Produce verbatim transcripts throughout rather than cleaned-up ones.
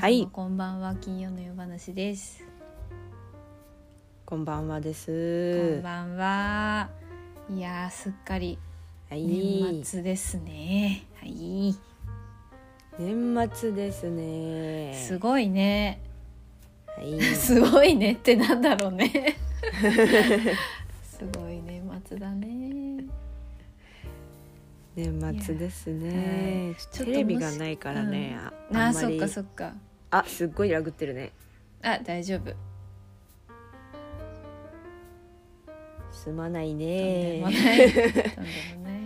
はい、こんばんは。金曜の夜話です。 こんばんはです。 こんばんは。いやすっかり年末ですね。はい、 年末ですね。 すごいね。 はい、 すごいねってなんだろうね。すごい年末だね。 年末ですね、はい、ちょっとテレビがないからね、 うん、ああそっかそっか。 あ、すっごいラグってるね。 あ、大丈夫。 すまないね。 とんでもない。とんでもない。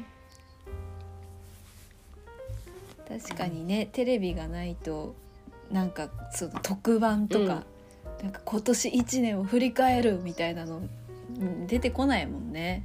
確かにね、テレビがないとなんかその特番とか、うん、なんか今年いちねんを振り返るみたいなの出てこないもんね。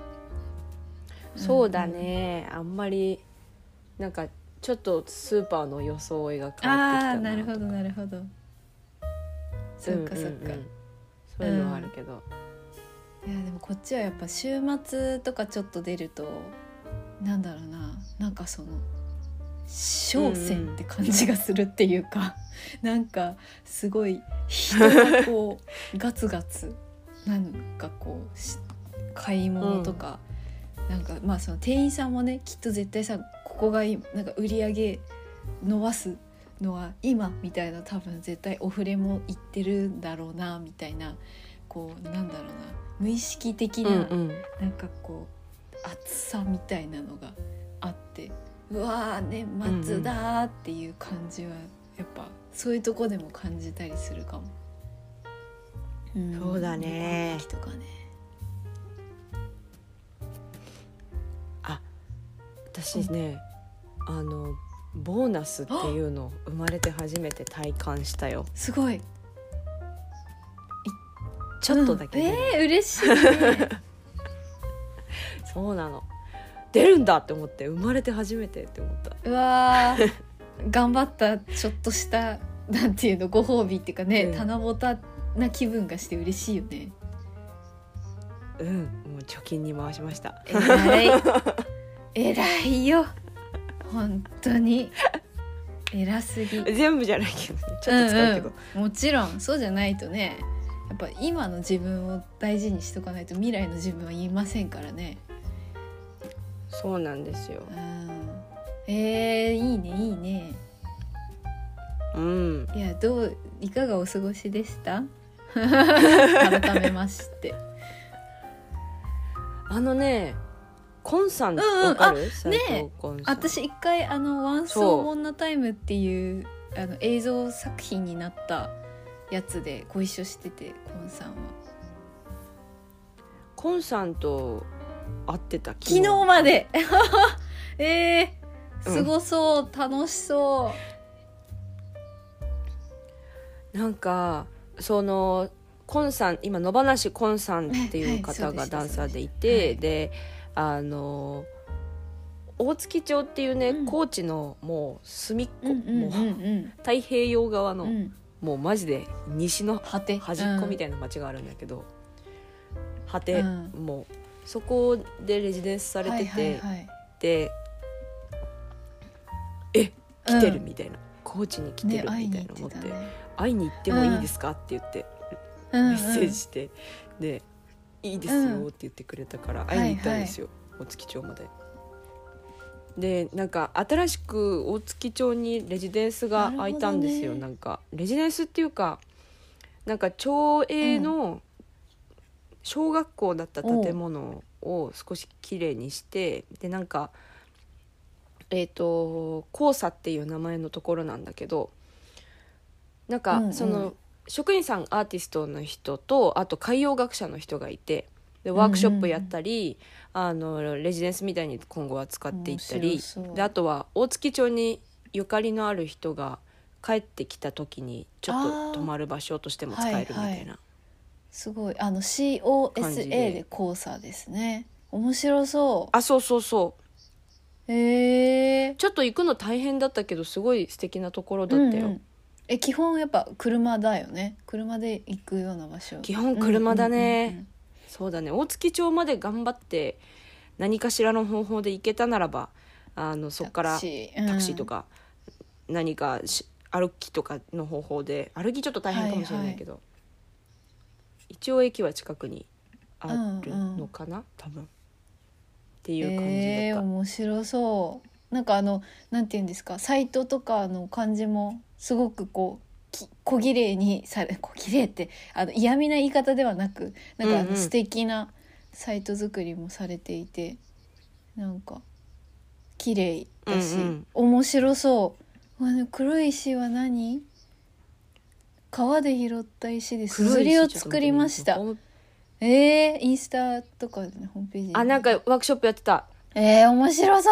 そうだね、うんうん、あんまりなんかちょっとスーパーの装いが変わってきたなとか。 あー、なるほどなるほど。そっかそっか、うんうんうん、 そういうのはあるけど、 うん、いやでもこっちはやっぱ週末とかちょっと出るとなんだろうな、なんかその商戦って感じがするっていうか、うんうん、なんかすごい人がこうガツガツなんかこう買い物とか、うん、なんかまあその店員さんもねきっと絶対さここがなんか売り上げ伸ばすのは今みたいな多分絶対お触れも言ってるんだろうなみたいな、こうなんだろうな、無意識的な、うんうん、なんかこう熱さみたいなのがあって、うわー年末だっていう感じはやっぱそういうとこでも感じたりするかも、 うん、そうだね。 とかね。 あ、私ね、うん、あのボーナスっていうのを生まれて初めて体感したよ。 すごい。 ちょっとだけ、 うん、えー、嬉しいね。 そうなの、出るんだって思って、生まれて初めてって思った。 うわ頑張ったちょっとしたなんていうのご褒美っていうかね、うん、棚ぼたな気分がして嬉しいよね。 うん、もう貯金に回しました。 えらいえらいよ本当に偉すぎ。 全部じゃないけど、ね、ちょっと使うけど、 うんうん、もちろんそうじゃないとね、やっぱ今の自分を大事にしとかないと未来の自分は言いませんからね。 そうなんですよ、 うん、えー、いいねいいね。 うん、 いやどういかがお過ごしでした？改めまして。 あのね、コンさんわかる？ うん、ね、私一回あのワンスオモンナタイムっていうあの映像作品になったやつでご一緒してて、コンさんはコンさんと会ってた昨日、昨日までえー、すごそう、うん、楽しそう。 なんかそのコンさん、今野放しコンさんっていう方がダンサーでいて、はいはい、であの大月町っていうね、うん、高知のもう隅っこ、うんうんうんうん、もう太平洋側の、うん、もうマジで西の端っこみたいな町があるんだけど、果て、うん、もうそこでレジデンスされてて、はいはいはい、でえ来てるみたいな、うん、高知に来てるみたいな思って、ね、会いに行ってもいいですか、うん、って言ってメッセージして、うんうん、でいいですよって言ってくれたから会いに行ったんですよ、はいはい、大月町まで。でなんか新しく大月町にレジデンスが開いたんですよ、ね、なんかレジデンスっていうかなんか町営の小学校だった建物を少しきれいにして、でなんかえっと交差っていう名前のところなんだけど、なんか、うんうん、その職員さんアーティストの人とあと海洋学者の人がいて、でワークショップやったり、うんうん、あのレジデンスみたいに今後は使っていったりで、あとは大月町にゆかりのある人が帰ってきた時にちょっと泊まる場所としても使えるみたいな、はいはい、 すごいあの シーオーエスエー で交差ですね。面白そう。 あ、そうそうそう、 へー、 ちょっと行くの大変だったけどすごい素敵なところだったよ、うんうん、 え基本やっぱ車だよね。車で行くような場所。 基本車だね、うんうんうん、そうだね。大月町まで頑張って何かしらの方法で行けたならば、あのそこからタクシーとか何か歩きとかの方法で歩きちょっと大変かもしれないけど、はいはい、一応駅は近くにあるのかな、うんうん、多分っていう感じだった。 えー、面白そう。なんかあのなんていうんですか、サイトとかの感じもすごくこうき小綺麗にされ、小綺麗ってあの嫌味な言い方ではなく、なんかあの素敵なサイト作りもされていて、うんうん、なんか綺麗だし、うんうん、面白そう。あの黒い石は何？川で拾った石ですずりを作りました。えー、インスタとか、ね、ホームページにあ、なんかワークショップやってた。 えー、面白そう。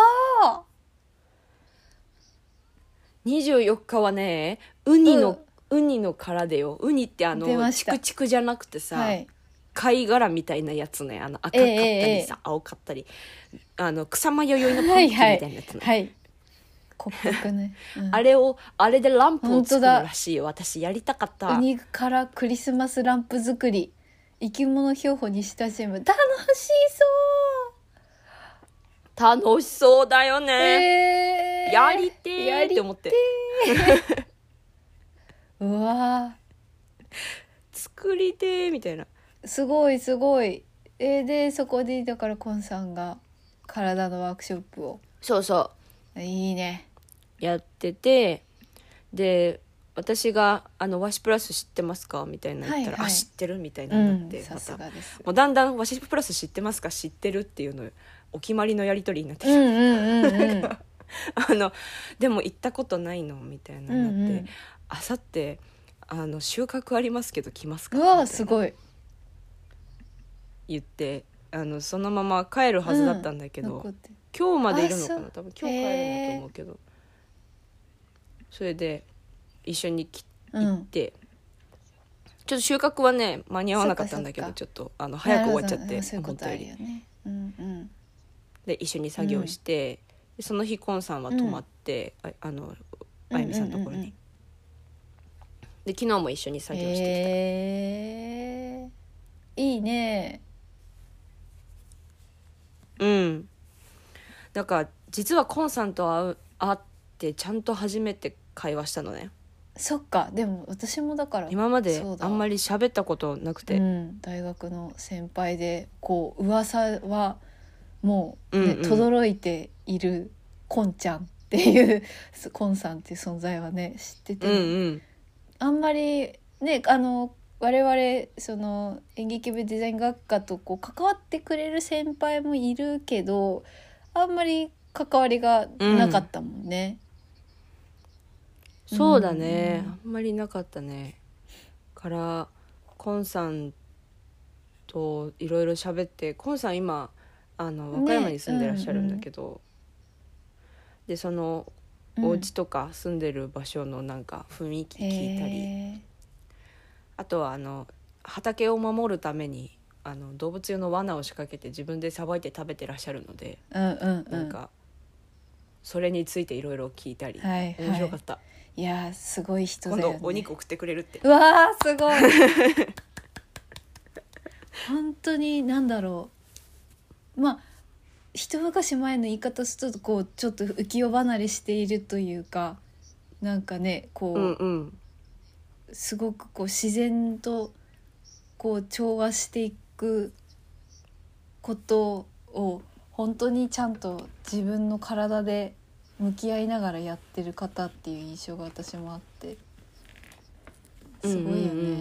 にじゅうよっかはね、ウニの、うん、ウニの殻でよ。ウニってあのチクチクじゃなくてさ、はい、貝殻みたいなやつね、あの赤かったりさ、えー、青かったり、あの草間弥生のパンキーみたいなやつね、 はいはい、骨格ね、うん、 あれをあれでランプを作るらしいよ。私やりたかった。 ウニからクリスマスランプ作り、生き物標本に親しむ、楽しそう。楽しそうだよね、えー、やりてーって思ってうわ作りてーみたいな、 すごいすごい、えー、でそこでだからコンさんが体のワークショップを、 そうそういいね、 やってて、で私があのワシプラス知ってますかみたいな言ったら、はいはい、あ知ってるみたいなになって、うん、またもうだんだんワシプラス知ってますか知ってるっていうのお決まりのやり取りになってきて、うんうんうんうん、あのでも行ったことないのみたいなになって、うんうん、あさってあの収穫ありますけど来ますかうわすごい言ってあのそのまま帰るはずだったんだけど、うん、今日までいるのかな、多分今日帰るんだと思うけど、それで一緒にき行って、うん、ちょっと収穫はね間に合わなかったんだけど、ちょっとあの早く終わっちゃって思ったより、ね、うんうん、 で一緒に作業して、うん、その日コンさんは泊まって、うん、あ, あのあゆみさんのところに、うんうんうん、で昨日も一緒に作業してきた、 えー、いいね。 うん、だから実はコンさんと会う会ってちゃんと初めて会話したのね。 そっか、でも私もだから今まであんまり喋ったことなくて、 うん、大学の先輩でこう噂はもう、ね、うんうん、轟いているコンちゃんっていうコンさんっていう存在はね知ってて、うんうん、あんまりねあの我々その演劇部デザイン学科とこう関わってくれる先輩もいるけどあんまり関わりがなかったもんね、 うん、そうだね、うん、あんまりなかったね。からコンさんといろいろ喋って、コンさん今あの和歌山に住んでらっしゃるんだけど、ね、うんうん、でそのお家とか住んでる場所のなんか雰囲気聞いたり、あとはあの畑を守るためにあの動物用の罠を仕掛けて自分でさばいて食べてらっしゃるので、うんうんうん、なんかそれについていろいろ聞いたり、はいはい、面白かった。 いやすごい人だよね。 今度お肉送ってくれるって。 うわーすごい本当に何だろう、まあ一昔前の言い方するとこうちょっと浮世離れしているというか、なんかねこう、うんうん、すごくこう自然とこう調和していくことを本当にちゃんと自分の体で向き合いながらやってる方っていう印象が私もあってすごいよね、うんうんうん、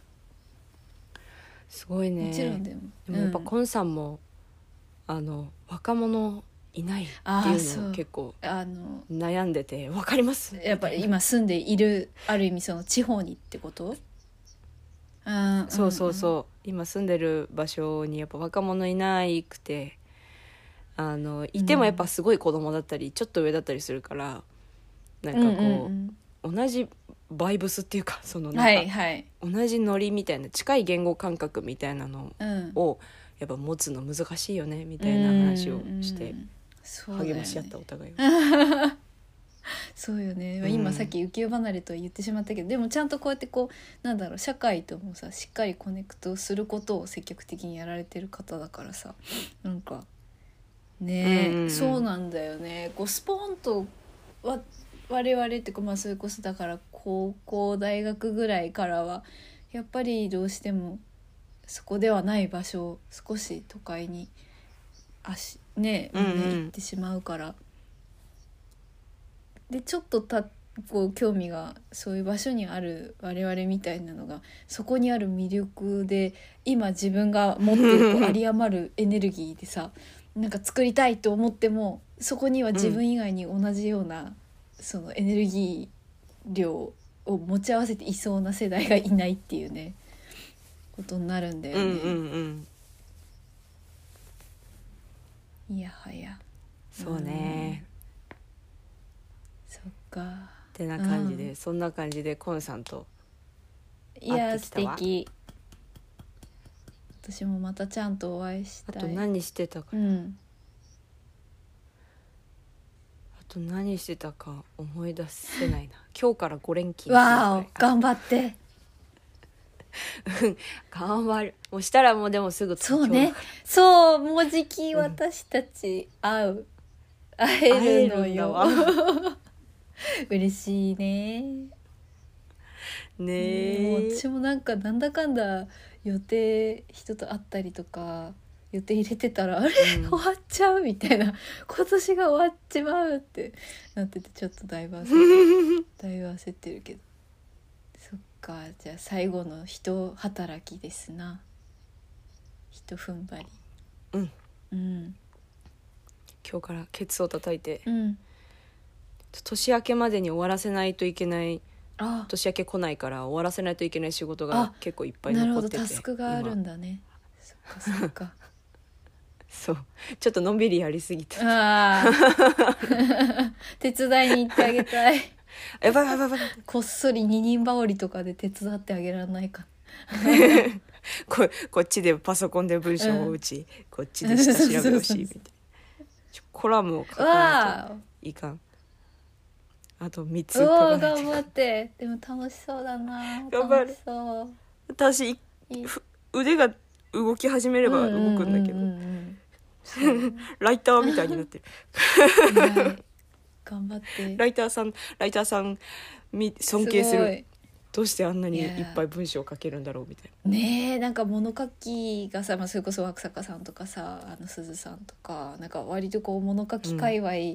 すごいね。 もちろんでも、 でもやっぱコンさんも、うん、あの若者いないっていうのを結構悩んでて、わかります。 やっぱり今住んでいるある意味その地方にってこと？ あそうそうそう、うんうん、今住んでる場所にやっぱ若者いないくて、あのいてもやっぱすごい子供だったり、うん、ちょっと上だったりするからなんかこう、うんうんうん、同じバイブスっていうかそのなんか、はいはい、同じノリみたいな近い言語感覚みたいなのをやっぱ持つの難しいよねみたいな話をして、うんうん、励まし合ったお互いはそうよね、まあ、今さっき浮世離れと言ってしまったけど、うん、でもちゃんとこうやってこうなんだろう社会ともさしっかりコネクトすることを積極的にやられてる方だからさ、なんかね、うんうん、そうなんだよね。こうスポーンとは我々っていうか、まあ、それこそだから高校大学ぐらいからはやっぱりどうしてもそこではない場所、少し都会に足ね、 うんうん行ってしまうから、でちょっとたこう興味がそういう場所にある我々みたいなのがそこにある魅力で、今自分が持っているこう有り余るエネルギーでさなんか作りたいと思ってもそこには自分以外に同じような、うん、そのエネルギー量を持ち合わせていそうな世代がいないっていうねことになるんだよね、 うんうんうん、いやはやそうね、 うん、そっかってな感じで、うん、そんな感じでコンさんといや素敵。私もまたちゃんとお会いしたい。 あと何してたか、 うん、 あと何してたか思い出せないな今日からご連勤わお頑張って頑張る。もうしたらもうでもすぐそうね、そうもうじき私たち会う、うん、会えるのよ嬉しいね。 ねえ、 もう私もなんかなんだかんだ予定人と会ったりとか予定入れてたらあれ、うん、終わっちゃうみたいな、今年が終わっちまうってなっててちょっとだいぶ焦ってだいぶ焦ってるけど、そっかじゃあ最後の一働きですな、一踏ん張り。 うん、 うん、 今日からケツを叩いて、 うん、 年明けまでに終わらせないといけない、 あ年明け来ないから終わらせないといけない仕事が結構いっぱい残ってて、 なるほどタスクがあるんだね。そっかそっかそうちょっとのんびりやりすぎた。 あ手伝いに行ってあげたいやばいやばいやばいこっそり二人羽織とかで手伝ってあげられないかこ, こっちでパソコンで文章を打ち、うん、こっちで下調べをしみたいなコラムを書かないといかん。あとみっつ書かないといかん。 頑張って。でも楽しそうだな。 頑張る。 楽しそう。 私腕が動き始めれば動くんだけど、うんうんうんうん、ライターみたいになってる頑張ってライターさんライターさん尊敬する。どうしてあんなにいっぱい文章を書けるんだろうみたいな。 ねえ、なんか物書きがさ、まあ、それこそ枠坂さんとかさ、あの鈴さんとかなんか割とこう物書き界隈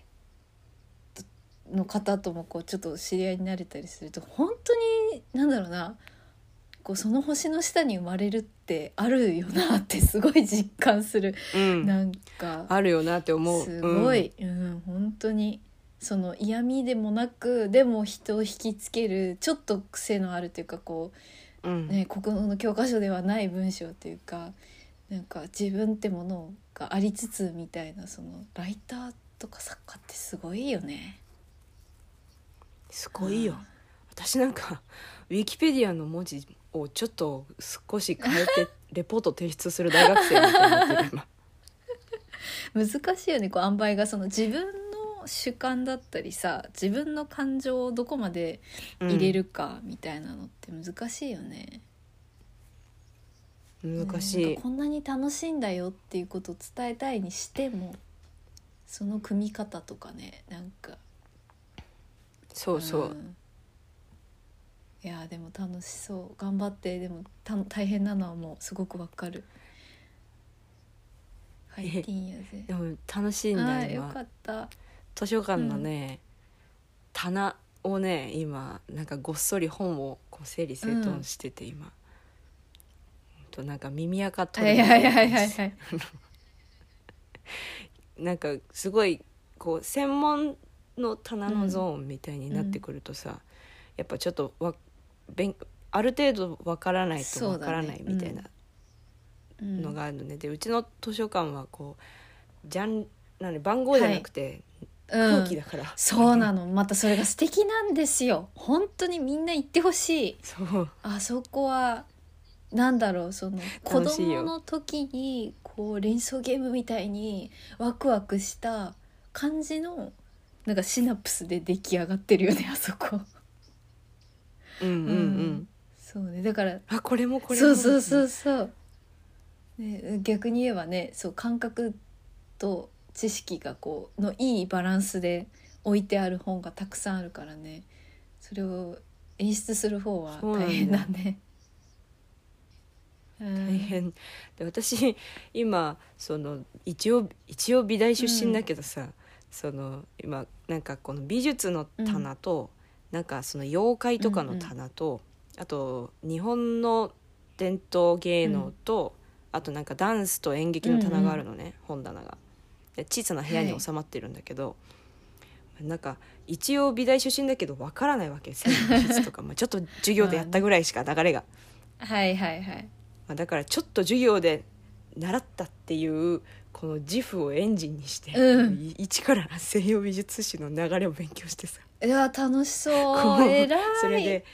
の方ともこうちょっと知り合いになれたりすると、本当になんだろうな、こうその星の下に生まれるってあるよなってすごい実感する、 うん、 なんかあるよなって思う。 すごい、うんうん、本当にその嫌味でもなく、でも人を引きつけるちょっと癖のあるというか、こう、うんね、国語の教科書ではない文章というか、なんか自分ってものがありつつみたいな、そのライターとか作家ってすごいよね。 すごいよ。私なんかウィキペディアの文字をちょっと少し変えてレポート提出する大学生みたいになってる今難しいよね、こう塩梅が。その自分の主観だったりさ、自分の感情をどこまで入れるかみたいなのって難しいよね、 うん、難しい、 なんかこんなに楽しいんだよっていうことを伝えたいにしても、その組み方とかね、なんかそうそう、うん、 いやでも楽しそう、頑張って。でもた大変なのはもうすごくわかる。はいティーンやぜ。 でも楽しいんだよ。よかった。 図書館のね、うん、棚をね今なんかごっそり本をこう整理整頓してて、うん、今となんか耳垢取るみたいな感じ、はいはいはいはい、なんかすごいこう専門の棚のゾーンみたいになってくるとさ、うん、やっぱちょっとわ勉ある程度わからないとわからないみたいなのがあるのね、うん、でうちの図書館はこうジャンなん番号じゃなくて、はい、空気だから、うん、 そうなの。またそれが素敵なんですよ。本当にみんな行ってほしい。 そうあそこはなんだろう、その子供の時にこう連想ゲームみたいにワクワクした感じのなんかシナプスで出来上がってるよね、あそこ。 うんうんうん、うん、 そうね。だからあこれもこれも、 そうそうそうそう、ね、逆に言えばね、そう感覚と知識がこうのいいバランスで置いてある本がたくさんあるからね、それを演出する方は大変だね。 大変で、私今その一応一応美大出身だけどさ、うん、その今なんかこの美術の棚と、うん、なんかその妖怪とかの棚と、うんうん、あと日本の伝統芸能と、うん、あとなんかダンスと演劇の棚があるのね、うんうん、本棚がで小さな部屋に収まってるんだけど、はい、なんか一応美大出身だけどわからないわけ、西洋美術とかまあちょっと授業でやったぐらいしか流れがはいはいはい、 まあ、だからちょっと授業で習ったっていうこの自負をエンジンにして、うん、一から西洋美術史の流れを勉強してさ、 いや楽しそう偉い。 それで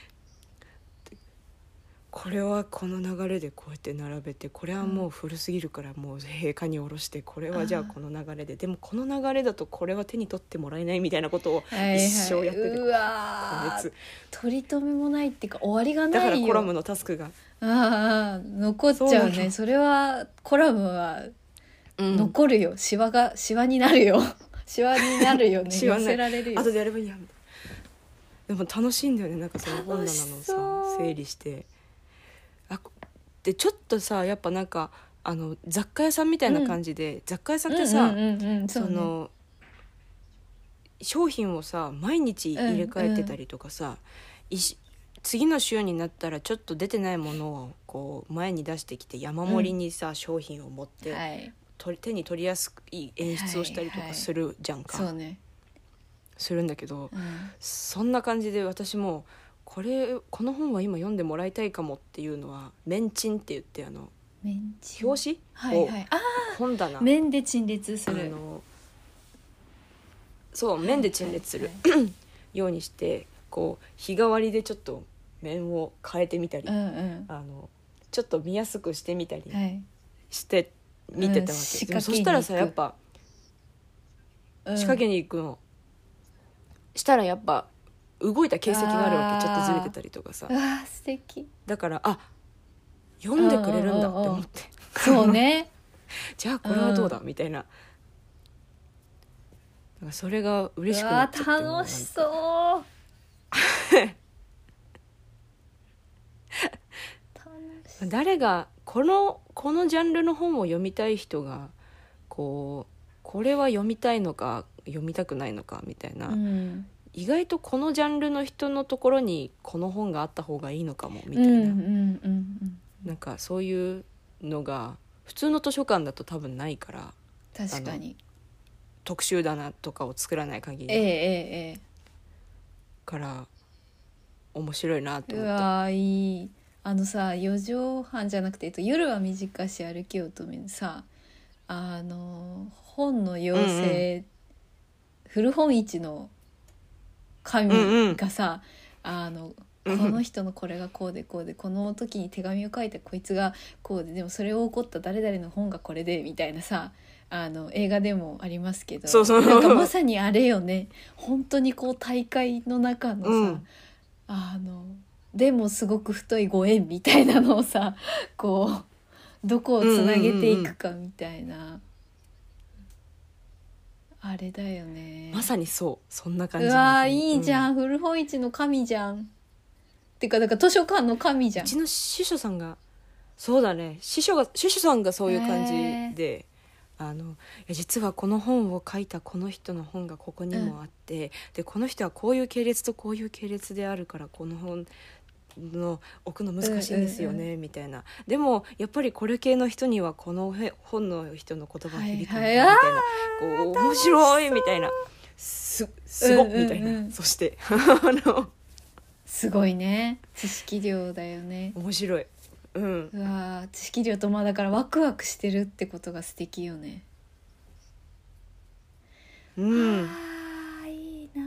これはこの流れでこうやって並べて、これはもう古すぎるからもう陛下に下ろして、これはじゃあこの流れで、でもこの流れだとこれは手に取ってもらえないみたいなことを一生やってて、はいはい、 うわ取り留めもないっていうか終わりがないよ。 だからコラムのタスクがあ残っちゃうね。 そ, それはコラムは残るよ、うん、シワがシワになるよシワになるよね寄せられるよ。 後でやればいいやみたいな。でも楽しいんだよね、なんかその本棚のさ整理して、あでちょっとさやっぱなんかあの雑貨屋さんみたいな感じで、うん、雑貨屋さんってさその商品をさ毎日入れ替えてたりとかさ、うんうん、次の週になったらちょっと出てないものをこう前に出してきて山盛りにさ、うん、商品を持って、はい、手に取りやすい演出をしたりとかするじゃんか、 はいはい、そうね、 するんだけど、 うん、 そんな感じで私もこれこの本は今読んでもらいたいかもっていうのはメンチンって言って、あの表紙を本棚、 はいはい、面で陳列する、 あのそう面で陳列する、はいはい、ようにしてこう日替わりでちょっと面を変えてみたり、うんうん、あのちょっと見やすくしてみたりして見てたわけ、はい、でもそしたらさやっぱ仕掛けに行くの、うん、したらやっぱ動いた形跡があるわけ、ちょっとずれてたりとかさ、 うわ素敵だからあ読んでくれるんだって思って、 そうねじゃあこれはどうだ、うん、みたいな、それが嬉しくなっちゃって、 うわ楽しそう誰がこのこのジャンルの本を読みたい人がこうこれは読みたいのか読みたくないのかみたいな、うん、意外とこのジャンルの人のところにこの本があった方がいいのかもみたいな、うんうんうんうん、なんかそういうのが普通の図書館だと多分ないから、 確かに特集棚とかを作らない限り、 ええええ、 から面白いなと思った。 うわいい。あのさよ畳半じゃなくて、えっと、夜は短し歩きを止めるさ、あの本の妖精、うんうん、古本市の神がさ、うんうん、あのこの人のこれがこうでこうで、この時に手紙を書いてこいつがこうで、でもそれを起こった誰々の本がこれでみたいなさ、あの映画でもありますけど、 そうそうなんかまさにあれよね、本当にこう大会の中のさ、うん、あのでもすごく太いご縁みたいなのをさこうどこをつなげていくかみたいな、うんうんうん、あれだよね。 まさにそうそんな感じ。 うわいいじゃん、うん、古本市の神じゃん。てかだから図書館の神じゃん。 うちの司書さんがそうだね、司書が司書さんがそういう感じで、あのいや実はこの本を書いたこの人の本がここにもあって、うん、でこの人はこういう系列とこういう系列であるからこの本の置くの難しいんですよね、うんうん、みたいな。でもやっぱりこれ系の人にはこの本の人の言葉が響くみたいな、はいはい、こう面白いみたいな、すすごっ、うんうんうん、みたいな。そしてあのすごいね、知識量だよね。 面白い、うん、 うわ知識量とまあだからワクワクしてるってことが素敵よね。 うん、 あいいな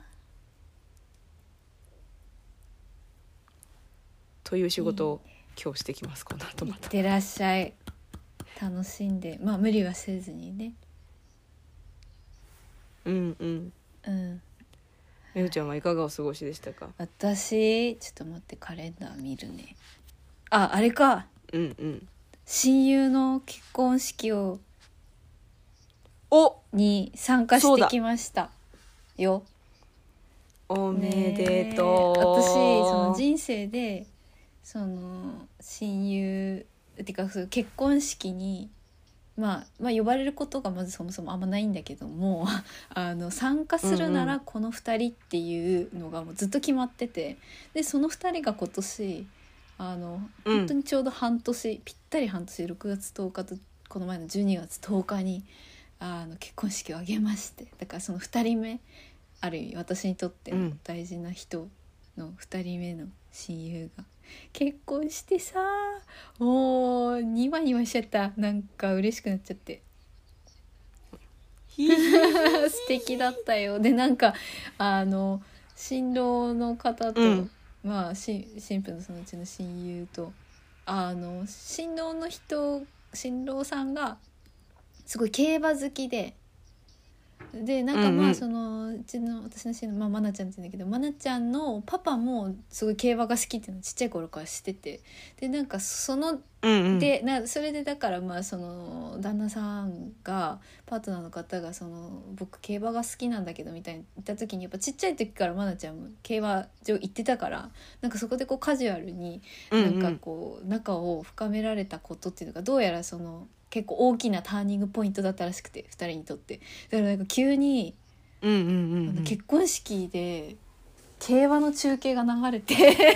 という仕事を今日してきます。この後またいってらっしゃい、楽しんで、まあ無理はせずにね。 うんうんうんめぐちゃんはいかがお過ごしでしたか？ 私ちょっと待ってカレンダー見るね。ああれか、 うんうん、 親友の結婚式をおに参加してきました。 よ。 おめでとう、 ね、私その人生でその親友っていうかその結婚式に、まあ、まあ呼ばれることがまずそもそもあんまないんだけどもあの参加するならこのふたりっていうのがもうずっと決まってて、でそのふたりが今年あの本当にちょうど半年、うん、ぴったり半年ろくがつとおかとこの前のじゅうにがつとおかにあの結婚式を挙げまして、だからそのふたりめ、ある意味私にとっての大事な人のふたりめの親友が結婚してさ、もうニワニワしちゃった。なんか嬉しくなっちゃって素敵だったよ。でなんかあの新郎の方と、うん、まあ新婦のそのうちの親友とあの新郎の人新郎さんがすごい競馬好きででなんかまあそのうちの私の親友、まあ、マナちゃんって言うんだけど、マナちゃんのパパもすごい競馬が好きっていうのをちっちゃい頃から知ってて、でなんかその、うんうん、でなそれでだからまあその旦那さんがパートナーの方がその僕競馬が好きなんだけどみたいに言った時にやっぱちっちゃい時からマナちゃんも競馬場行ってたから、なんかそこでこうカジュアルになんかこう仲を深められたことっていうのがどうやらその結構大きなターニングポイントだったらしくて、ふたりにとって。だからなんか急に、うんうんうんうん、あの結婚式で競馬の中継が流れて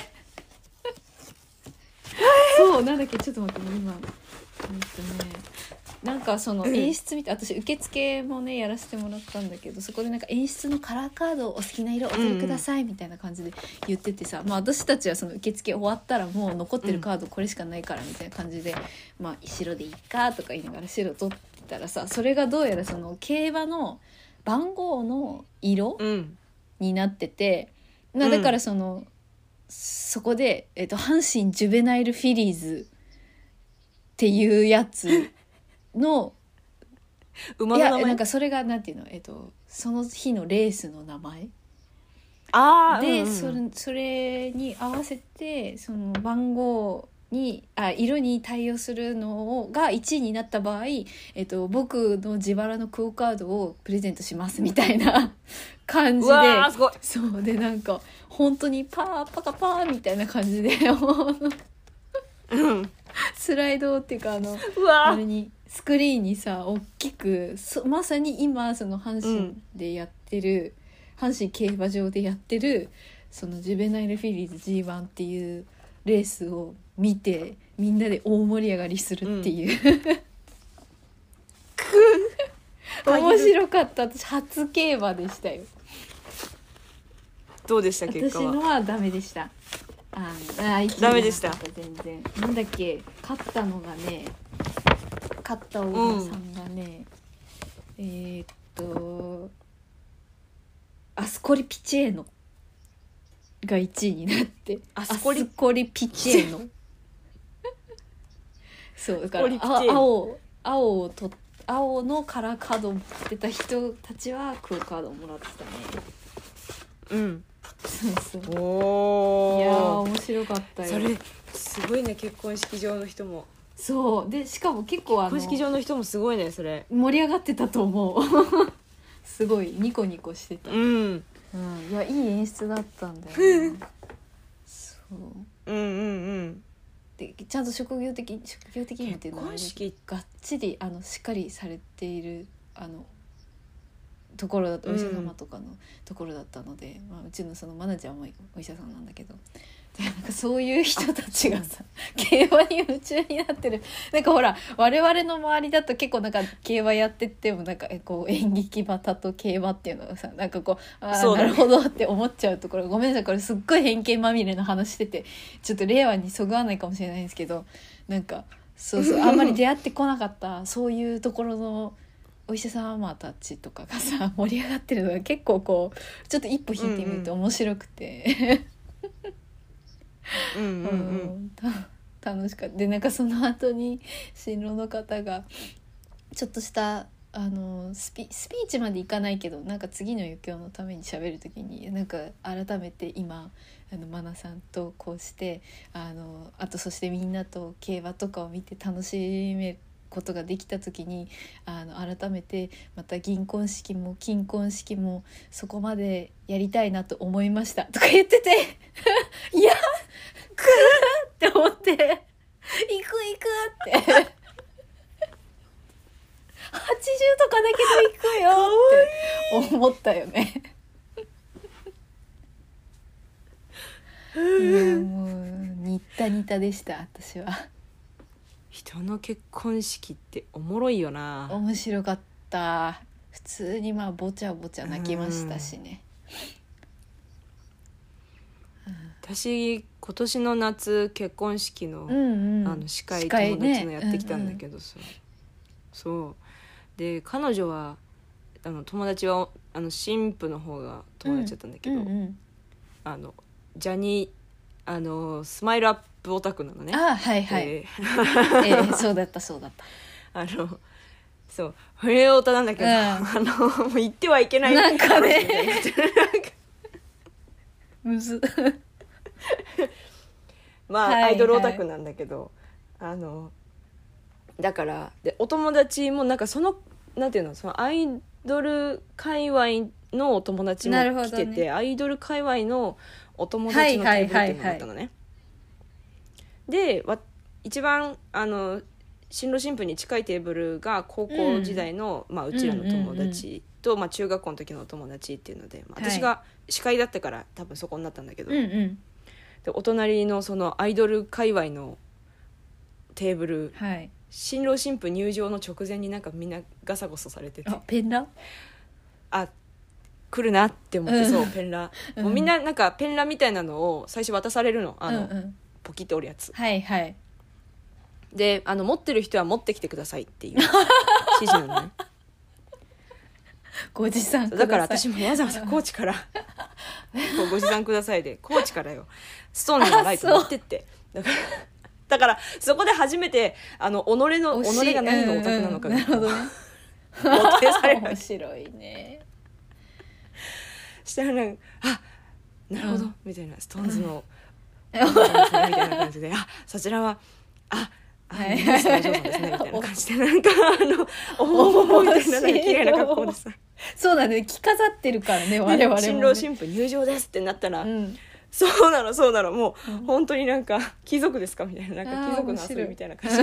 そうなんだっけちょっと待って今、えっとね、なんかその演出みたい、私受付もねやらせてもらったんだけど、そこでなんか演出のカラーカードをお好きな色お取りくださいみたいな感じで言っててさ、まあ私たちはその受付終わったらもう残ってるカードこれしかないからみたいな感じで、まあ白でいいかとか言いながら白取ってたらさ、それがどうやらその競馬の番号の色になってて、なだからそのそこで、えっと、阪神ジュベナイルフィリーズっていうやつの馬の名前、いやなんかそれがなんていうの、えっと、その日のレースの名前あで、うんうん、それ、それに合わせてその番号にあ色に対応するのがいちいになった場合、えっと、僕の自腹のクオカードをプレゼントしますみたいな感じで、うわーすごい、そうでなんか本当にパーパカパーみたいな感じでうん、スライドっていうかあのあれにスクリーンにさ大きくまさに今その阪神でやってる、うん、阪神競馬場でやってるそのジュベナイルフィリーズ ジーワン っていうレースを見てみんなで大盛り上がりするっていう、うん、面白かった。私初競馬でしたよ。 どうでした結果は？ 私のはダメでした。ああダメでした。 全然なんだっけ勝ったのがね勝ったおばさんがね、うん、えー、っとアスコリピチェーノがいちいになってアスコリ、アスコリピチェーノそうだから青青をと青のカラーカードを持ってた人たちはクオカードをもらってたね。うんそうそうおいや面白かったよ。 それすごいね。結婚式場の人もそうでしかも結構あの結婚式場の人もすごいね。それ盛り上がってたと思うすごいニコニコしてた、うん、うん、いやいい演出だったんだよねそううんうんうんでちゃんと職業的職業的にっていうのはがっちりあのしっかりされているあのところだとお医者様とかのところだったので、うんまあ、うちのそのマナちゃんもお医者さんなんだけどなんかそういう人たちがさ競馬に夢中になってる。なんかほら我々の周りだと結構なんか競馬やっててもなんかこう演劇バタと競馬っていうのがさなんかこうああ、ね、なるほどって思っちゃうところごめんなさいこれすっごい偏見まみれの話しててちょっと令和にそぐわないかもしれないんですけどなんかそうそうあんまり出会ってこなかったそういうところのお医者様たちとかがさ盛り上がってるのが結構こうちょっと一歩引いてみると面白くて、うんうんうん、楽しかったでなんかその後に新郎の方がちょっとしたあのスピ、スピーチまでいかないけどなんか次の余興のために喋る時になんか改めて今あのマナさんとこうしてあのあとそしてみんなと競馬とかを見て楽しめことができた時にあの改めてまた銀婚式も金婚式もそこまでやりたいなと思いましたとか言ってていや来るって思って行く行くってはちじゅうとかだけど行くよって思ったよねいやもう似た似たでした私は。 人の結婚式っておもろいよな。 面白かった。普通にまあぼちゃぼちゃ泣きましたしね、 うん、私今年の夏結婚式の、 うんうん、 あの司会友達のやってきたんだけどさ、ねうんうん、そうで彼女はあの友達はあの新婦の方が友達だったんだけど、 うんうんうん、あのジャニーあのスマイルアップオタクなのね。 あはいはい、えーえー、そうだったそうだったあのそうフレオタなんだけど、うん、あのもう言ってはいけないなんかねむずまあ、はいはい、アイドルオタクなんだけどあのだからでお友達もなんかそのなんていうのそのアイドル界隈のお友達も来てて、ね、アイドル界隈のお友達のテーブルっていうのがあったのね、はいはいはいはい、でわ一番あの新郎新婦に近いテーブルが高校時代の、うんまあ、うちらの友達と、うんうんうんまあ、中学校の時のお友達っていうので、まあ、私が司会だったから多分そこになったんだけど、 うんうん、 でお隣のそのアイドル界隈のテーブル、 はい、 新郎新婦入場の直前になんかみんなガサゴソされてて、 あペンラあ来るなって思って、うん、そうペンラ、 うん、 もうみんななんかペンラみたいなのを最初渡されるのあの、うんうん、ポキって折るやつ、 はいはい、 であの持ってる人は持ってきてくださいっていう指示なのねご持参ください。 だから私もわざわざコーチからご持参くださいでコーチからよストーンのライト持ってってだからだからそこで初めてあの己の己が何のオタクなのかが、うんうん、なるほどね面白いねしたらなんかあなるほど、うん、みたいなストーンズの、うん、みたいな感じであそちらはああはい、ニュースのお嬢さんですねみたいな感じでなんかあのおおみたいな綺麗な格好でさそうだね着飾ってるからね我々もね新郎新婦入場ですってなったら、うん、そうなのそうなのもう、うん、本当になんか貴族ですかみたいななんか貴族の遊びみたいな感じ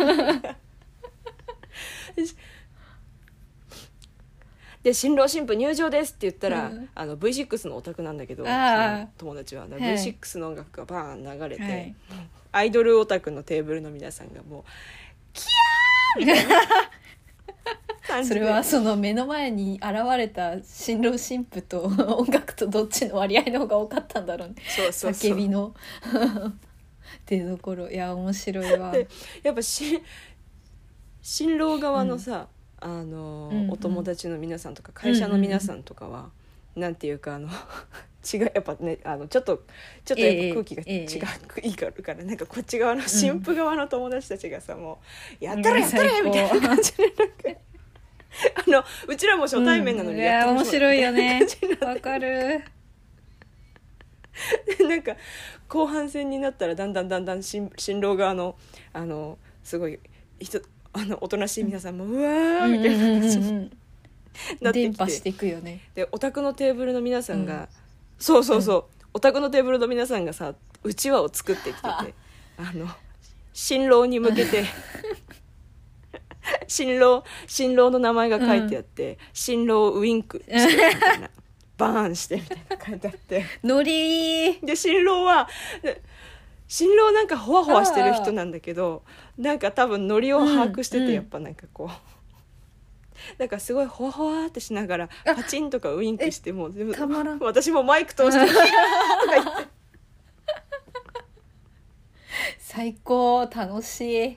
で新郎新婦入場ですって言ったら、うん、あの ブイシックス のオタクなんだけどその友達は ブイシックス の音楽がバーン流れて、はいアイドルオタクのテーブルの皆さんがもうキャーみたいな感じでそれはその目の前に現れた新郎新婦と音楽とどっちの割合の方が多かったんだろうね。 そうそうそう叫びの出どころいや面白いわ。 でやっぱし新郎側のさ、うん、あの、うんうん、お友達の皆さんとか会社の皆さんとかは、うんうん、なんていうかあの違うやっぱねあのちょっとちょっとやっぱ空気が違う、えーえー、いいからなんかこっち側の新婦側の友達たちがさ、うん、もうやったれやったれみたいな感じでなんかあのうちらも初対面なのにやって面白いよねわかるなんか後半戦になったらだんだんだんだん 新, 新郎側のあのすごい人あのおとなしい皆さんもうわーみたいな感じになってきて伝播していくよね。 でお宅のテーブルの皆さんが、うん、そうそうそう、うん、お宅のテーブルの皆さんがさうちわを作ってきててあの新郎に向けて新郎新郎の名前が書いてあって、うん、新郎ウインクしてみたいなバーンしてみたいな書いてあってノリで新郎は新郎なんかホワホワしてる人なんだけどなんか多分ノリを把握してて、うん、やっぱなんかこうなんかすごいホワホワってしながらパチンとかウインクしてもうたまらん私もマイク通してキャーとか言って最高楽しい。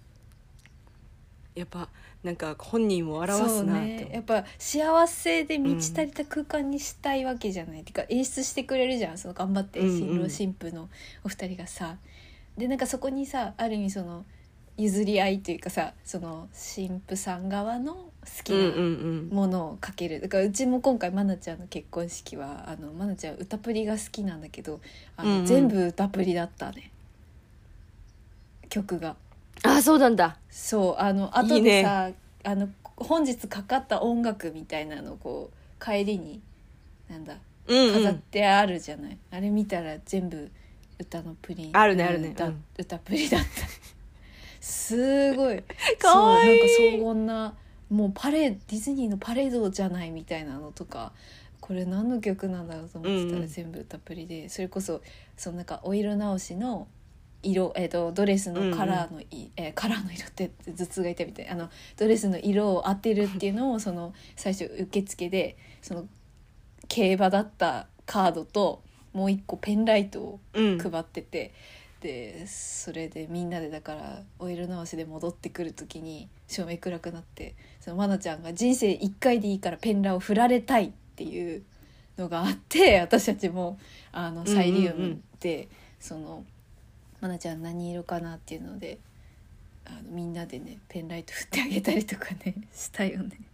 やっぱなんか本人を表すなって、ね、 やっぱ幸せで満ち足りた空間にしたいわけじゃない、うん、てか演出してくれるじゃんその頑張って新郎新婦のお二人がさ、うんうん、でなんかそこにさある意味その譲り合いというかさその新婦さん側の好きなものをかける、だからうちも今回まなちゃんの結婚式はあのまなちゃん歌プリが好きなんだけどあの、うんうん、全部歌プリだったね曲が。 あそうなんだ。 そうあの後でさいい、ね、あの本日かかった音楽みたいなのこう帰りになんだ、うんうん、飾ってあるじゃない。あれ見たら全部歌のプリンあるねあるね、 歌、うん、歌プリだったすごいかわいい。 そうなんか荘厳なもうパレードディズニーのパレードじゃないみたいなのとか、これ何の曲なんだろうと思ってたら全部歌プリで、うんうん、それこそそのなんかお色直しの色、えー、とドレスのカラーの、うんうんえー、カラーの色って頭痛が痛いみたいな、あのドレスの色を当てるっていうのをその最初受付でその競馬だったカードともう一個ペンライトを配ってて、うん、でそれでみんなでだからお色直しで戻ってくる時に照明暗くなってその愛菜ちゃんが人生一回でいいからペンラを振られたいっていうのがあって、私たちもあのサイリウムで、うんうんうん、その愛菜ちゃん何色かなっていうのであのみんなでねペンライト振ってあげたりとかねしたよね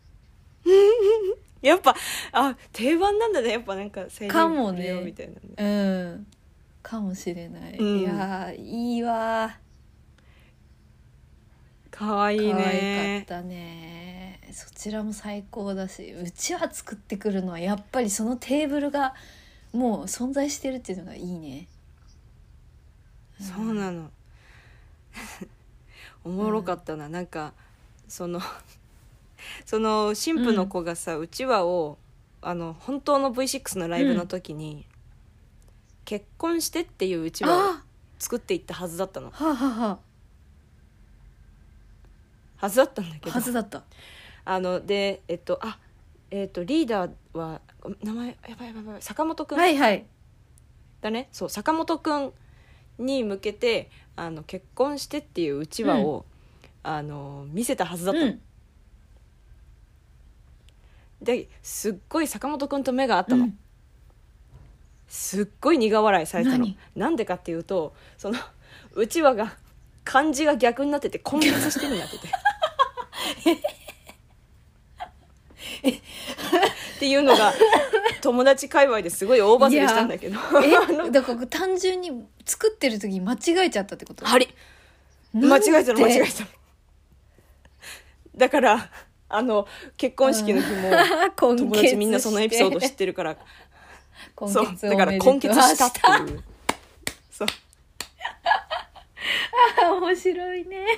やっぱあ定番なんだね、やっぱなんかサイリウムかもねみたいなね、 うんかもしれない、うん、いやいいわかわいいね、 かわいかったね。そちらも最高だし、うちわ作ってくるのはやっぱりそのテーブルがもう存在してるっていうのがいいね。 そうなのおもろかったな、うん、なんかそのその新婦の子がさ、うちわをあの本当の ブイシックス のライブの時に、うん、結婚してっていううちわを作っていったはずだったの。 はあ、はあはあはずだったんだけどはずだったあのでえっとあえっとリーダーは名前やばいやばいやばい坂本くん、 はいはいだね、そう坂本くんに向けてあの結婚してっていううちわを、うん、あの見せたはずだったの、うん、ですっごい坂本くんと目が合ったの、うん、すっごい苦笑いされたの。なんでかっていうとそのうちわが漢字が逆になってて根絶してるになっててっていうのが友達界隈ですごい大バズりしたんだけどえだから単純に作ってる時に間違えちゃったってこと？ はり間違えたの間違えたのだからあの結婚式の日も友達みんなそのエピソード知ってるからそうだから根結したっていうそうあ面白いね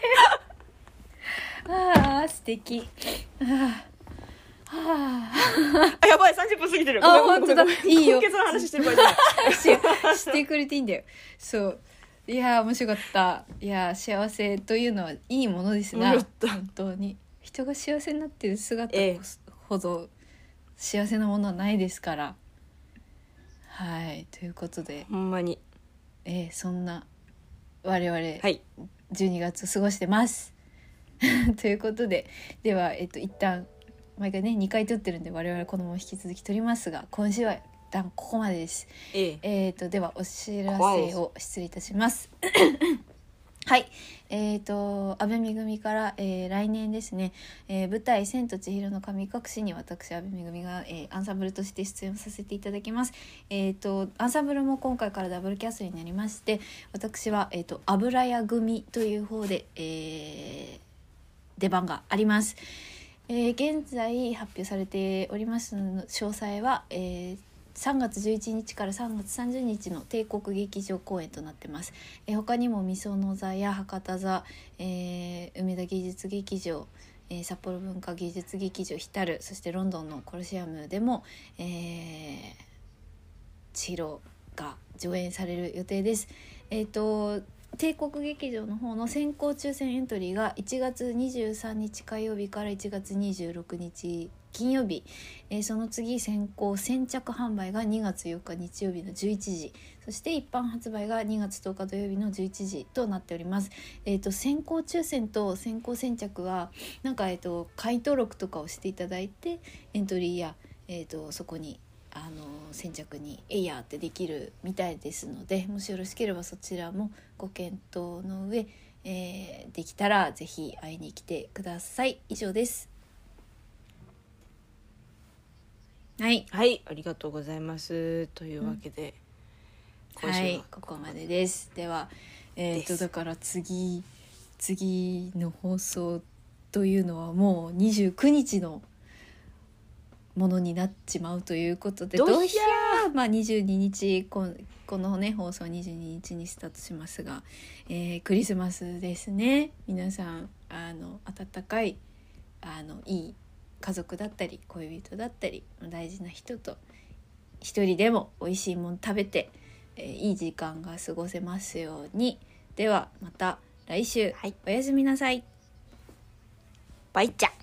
あ素敵あああやばいさんじゅっぷん過ぎてる。 あ本当だいいよ根結の話してる場合じゃないしてくれていいんだよ。そういや面白かった。いや幸せというのはいいものですな。本当に人が幸せになってる姿ほど幸せなものはないですから、えー、はいということでほんまに、 えー、そんな我々じゅうにがつ過ごしてます、はい、ということででは、えっと、一旦毎回ねにかい撮ってるんで我々このまま引き続き撮りますが今週は一旦ここまでです、えええー、とではお知らせを失礼いたしますはいえーと阿部めぐみから、えー、来年ですね、えー、舞台千と千尋の神隠しに私阿部めぐみが、えー、アンサンブルとして出演させていただきます。えーとアンサンブルも今回からダブルキャストになりまして私は、えーと油屋組という方で、えー、出番があります。えー、現在発表されておりますの詳細は、えー、さんがつじゅういちにちからさんがつさんじゅうにちの帝国劇場公演となってます。えー、他にも御園座や博多座、えー、梅田芸術劇場、えー、札幌文化芸術劇場ヒタル、そしてロンドンのコロシアムでも、えー、千尋が上演される予定です。えーと帝国劇場の方の先行抽選エントリーがいちがつにじゅうさんにち火曜日からいちがつにじゅうろくにち金曜日、えー、その次先行先着販売がにがつよっか日曜日のじゅういちじ、そして一般発売がにがつとおか土曜日のじゅういちじとなっております。えーと、先行抽選と先行先着はなんか、えーと、買い登録とかをしていただいてエントリーや、えーと、そこにあの先着にえいやってできるみたいですので、もしよろしければそちらもご検討の上、えー、できたらぜひ会いに来てください。以上です。はい、 はい、ありがとうございますというわけで、 うん、はいここまでです。では、えーとだから次次の放送というのはもうにじゅうくにちのものになっちまうということで、 どひゃー、まあ、にじゅうににち こ, このね放送はにじゅうににちにスタートしますが、えー、クリスマスですね。皆さんあの温かいあのいい家族だったり恋人だったり大事な人と一人でも美味しいもの食べて、えー、いい時間が過ごせますように。ではまた来週、 はい、 おやすみなさい。 バイチャ。